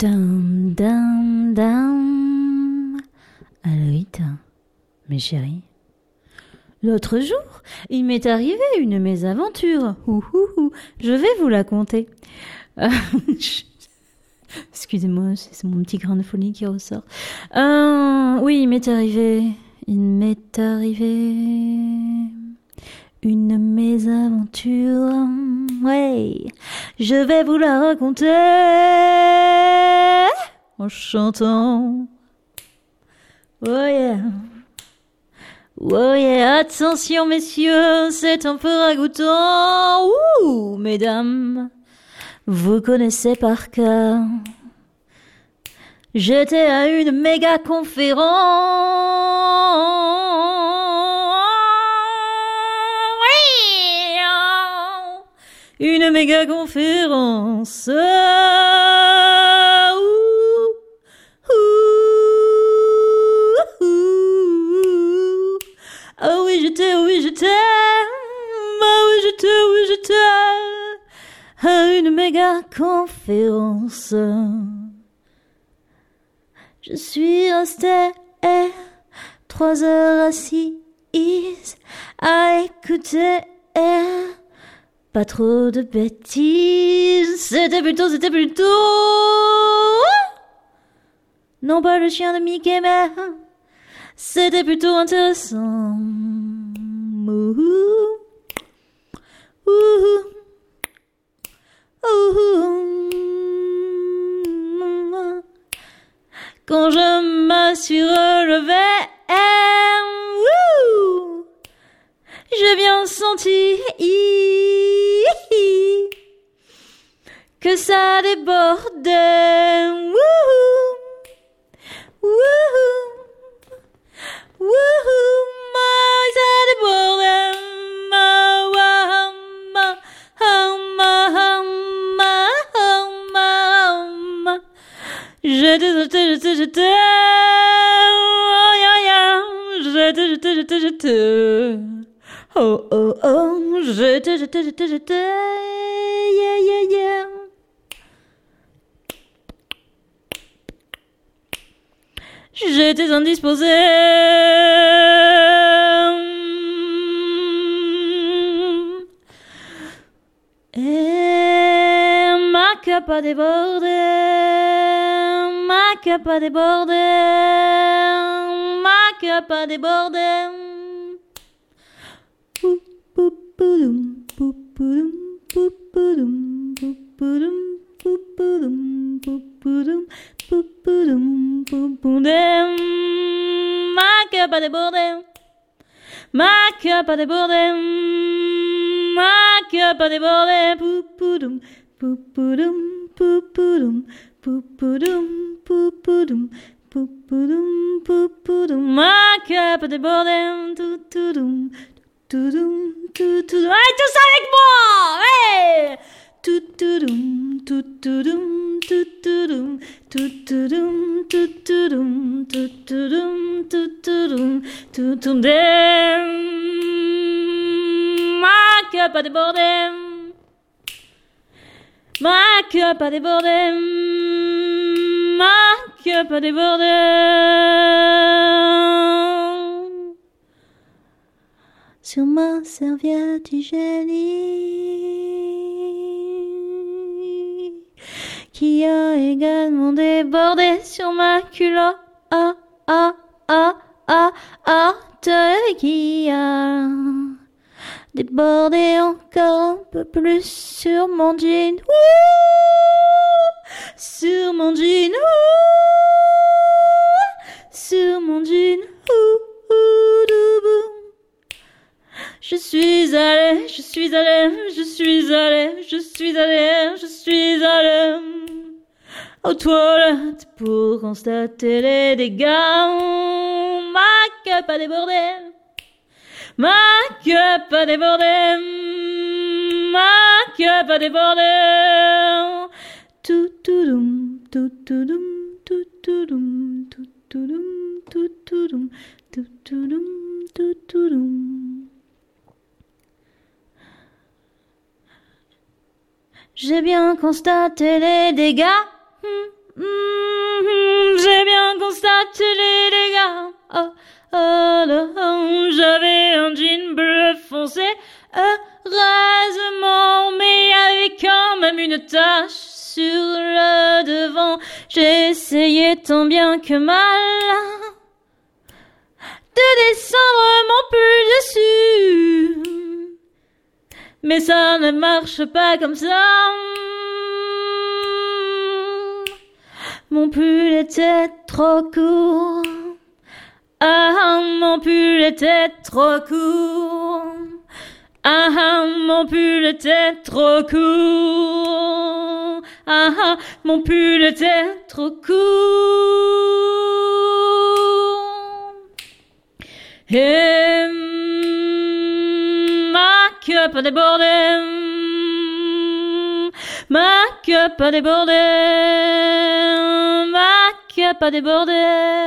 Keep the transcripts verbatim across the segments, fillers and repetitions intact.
Dam, dam, dam. Aloïta, mes chéris. L'autre jour, il m'est arrivé une mésaventure. Ouh, ouh, ouh. Je vais vous la conter. Euh, Excusez-moi, c'est mon petit grain de folie qui ressort. Euh, oui, il m'est arrivé... Il m'est arrivé... Une mésaventure, ouais, je vais vous la raconter en chantant. Oh yeah, oh yeah, attention messieurs, c'est un peu ragoûtant. Ouh, mesdames, vous connaissez par cœur. J'étais à une méga conférence. Une méga conférence. Ouh, ouh, ouh. Ah oui, j'étais, oui, j'étais. Ah oui, j'étais, oui, j'étais. À une méga conférence. Je suis restée trois heures assise à écouter. Pas trop de bêtises, c'était plutôt, c'était plutôt... Non pas le chien de Mickey, mais c'était plutôt intéressant. Ouh, ouh, ouh. Quand je me suis relevée, ouh, j'ai bien senti que ça débordait. Wouhou, wouhou, wouhou, ça débordait. Ma, wa, ma, ha, ma, ha, ma, ha, ma, ma. J'étais, j'étais, j'étais, j'étais. Oh, ya, ya. J'étais, j'étais, j'étais, j'étais. Oh, oh, oh. J'étais, j'étais, j'étais, j'étais. Yeah, yeah, yeah. J'étais indisposée. Et ma cup a débordé. Ma cup a débordé. Ma cup a débordé. Pou, pou, poudoum, pou, poudoum, pou, poudoum, pou, poudoum, pou, poudoum, pou, poudoum. Ma cup a débordé. Ma cup a débordé. Ma cup a débordé. Poupoudum, poupoudum, poupoudum, poupoudum, poupoudum, poupoudum, poupoudum. Ma cup a débordé. Toutoudum, toutoudum, toutoudum. Allez, tous avec moi! Hey! Toutoudum, toutoudum, toutoudum, toutoudum, toutoudum, toutoudum, toutoudum, toutoudum. Ma cup a débordé. Ma cup a débordé. Ma cup a débordé. Sur ma serviette hygiénique qui a également débordé sur ma culotte, ah, ah, ah, ah, ah, qui a débordé encore un peu plus sur mon jean, ouh, sur mon jean, ouh, sur mon jean, ouh, ouh, doubou. Je suis allée, je suis allée, je suis allée, je suis allée, je suis allée aux toilettes pour constater les dégâts. Ma cup a débordé. Ma cup a débordé. Ma cup a débordé. Toutoudum, toutoudum, toutoudum, toutoudum, toutoudum, toutoudum, toutoudum. J'ai bien constaté les dégâts. mm, j'ai bien constaté les dégâts. Oh, oh, oh, j'avais un jean bleu foncé, heureusement, mais il y avait quand même une tache sur le devant. J'ai essayé tant bien que mal de descendre mon pull dessus, mais ça ne marche pas comme ça. Mon pull était trop court. Ah, mon pull était trop court. Ah, mon pull était trop court. Ah, mon pull était trop court. Et ma cup a débordé. Ma cup a débordé. Ma cup a débordé.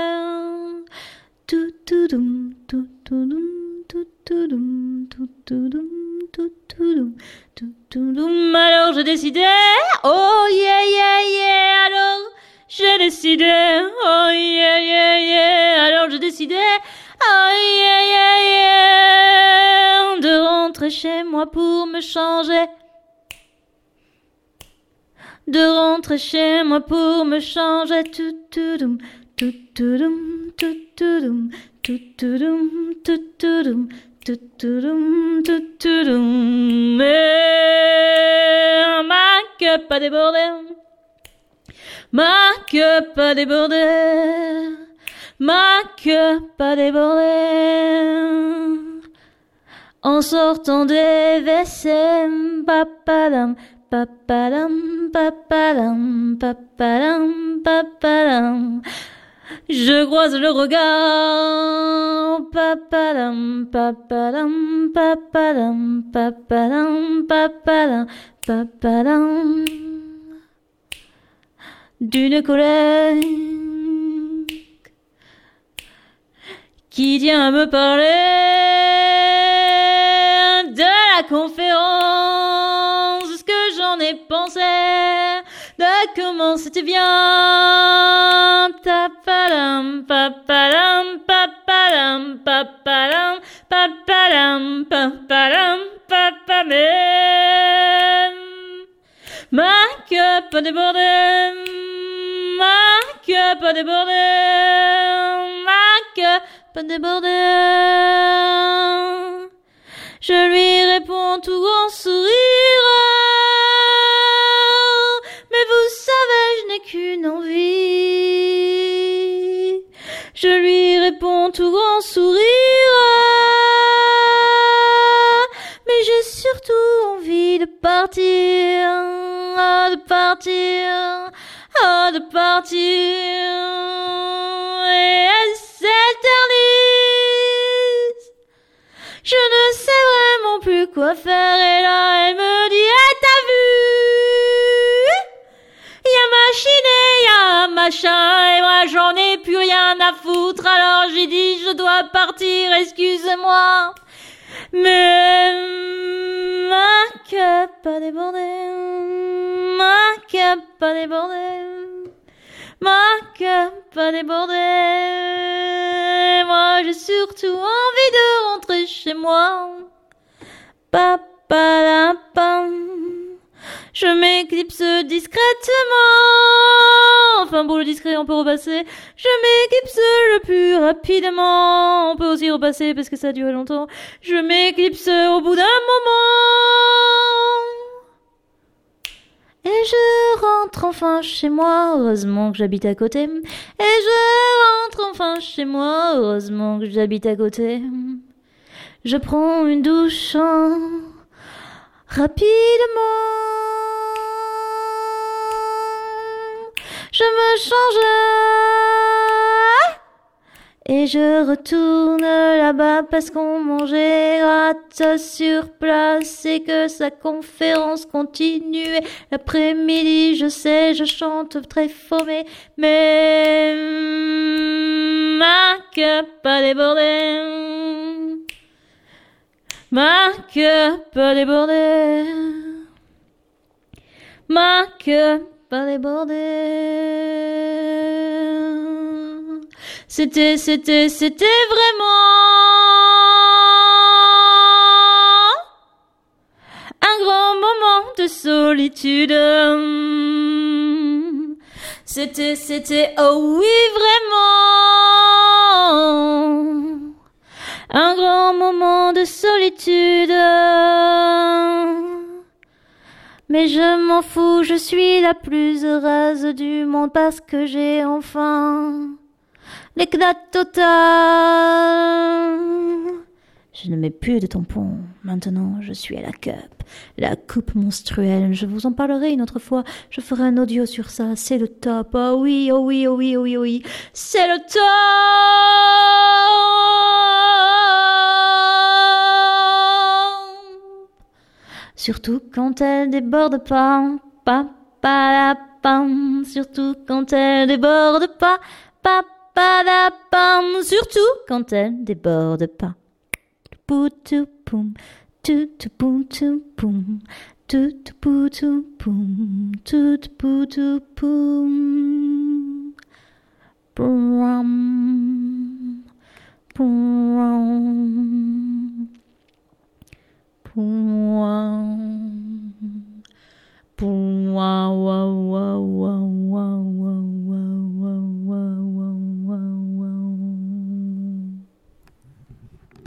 Tout tout doum, tout tout doum, tout tout doum, tout tout doum, tout tout doum, tout tout doum. Alors j'ai décidé, oh yeah yeah yeah. Alors j'ai décidé, oh yeah yeah yeah. Alors j'ai décidé, oh yeah yeah yeah, de rentrer chez moi pour me changer. De rentrer chez moi pour me changer. Tout tout doum, tout tout doum, tout tout doum, tout tout doum, tout tout doum, tout tout doum, tout tout doum. Ma cup a débordé. Ma cup a débordé. Ma cup a débordé. En sortant des W C, papadam, papadam, papadam, papadam, papadam. Je croise le regard, papadam, papadam, papadam, papadam, papadam, papadam, d'une collègue qui vient me parler de la conférence, ce que j'en ai pensé, de comment c'était bien. Papadam, papadam, papadam, papadam, papadam, papadam, papadam. Ma cup a débordé, ma cup a débordé, ma cup a débordé. Je lui réponds tout grand sourire, mais vous savez, je n'ai qu'une envie. Je lui réponds tout grand sourire, mais j'ai surtout envie de partir, de partir, de partir. Et elle s'éternise. Je ne sais vraiment plus quoi faire, et là elle me dit, eh, t'as vu? Y'a machine et y'a machin, et moi j'en ai plus rien à foutre, alors j'ai dit, je dois partir, excusez-moi. Mais ma cup a débordé, ma cup a débordé, ma cup a débordé. Moi j'ai surtout envie de rentrer chez moi. Papalapam. Je m'éclipse discrètement. Enfin bon, le discret on peut repasser. Je m'éclipse le plus rapidement. On peut aussi repasser parce que ça a duré longtemps. Je m'éclipse au bout d'un moment. Et je rentre enfin chez moi, heureusement que j'habite à côté. Et je rentre enfin chez moi, heureusement que j'habite à côté. Je prends une douche en... rapidement. Je me change et je retourne là-bas parce qu'on mangeait rate sur place et que sa conférence continuait l'après-midi. Je sais, je chante très faux, mais, mais ma cup a débordé. Ma cup a débordé. Ma cup pas déborder. C'était, c'était, c'était vraiment un grand moment de solitude. C'était, c'était, oh oui, vraiment un grand moment de solitude. Mais je m'en fous, je suis la plus heureuse du monde parce que j'ai enfin l'éclat total. Je ne mets plus de tampons. Maintenant, je suis à la cup. La coupe menstruelle. Je vous en parlerai une autre fois. Je ferai un audio sur ça. C'est le top. Oh oui, oh oui, oh oui, oh oui, oh oui. C'est le top. Surtout quand elle déborde pas. Pa, pa, la, pam. Surtout quand elle déborde pas. Pa, pa, la, pam. Surtout quand elle déborde pas. Poutou poum, tout poum tout poum, tout poutou poum, tout poutou poum. Poum, poum, poum, poum,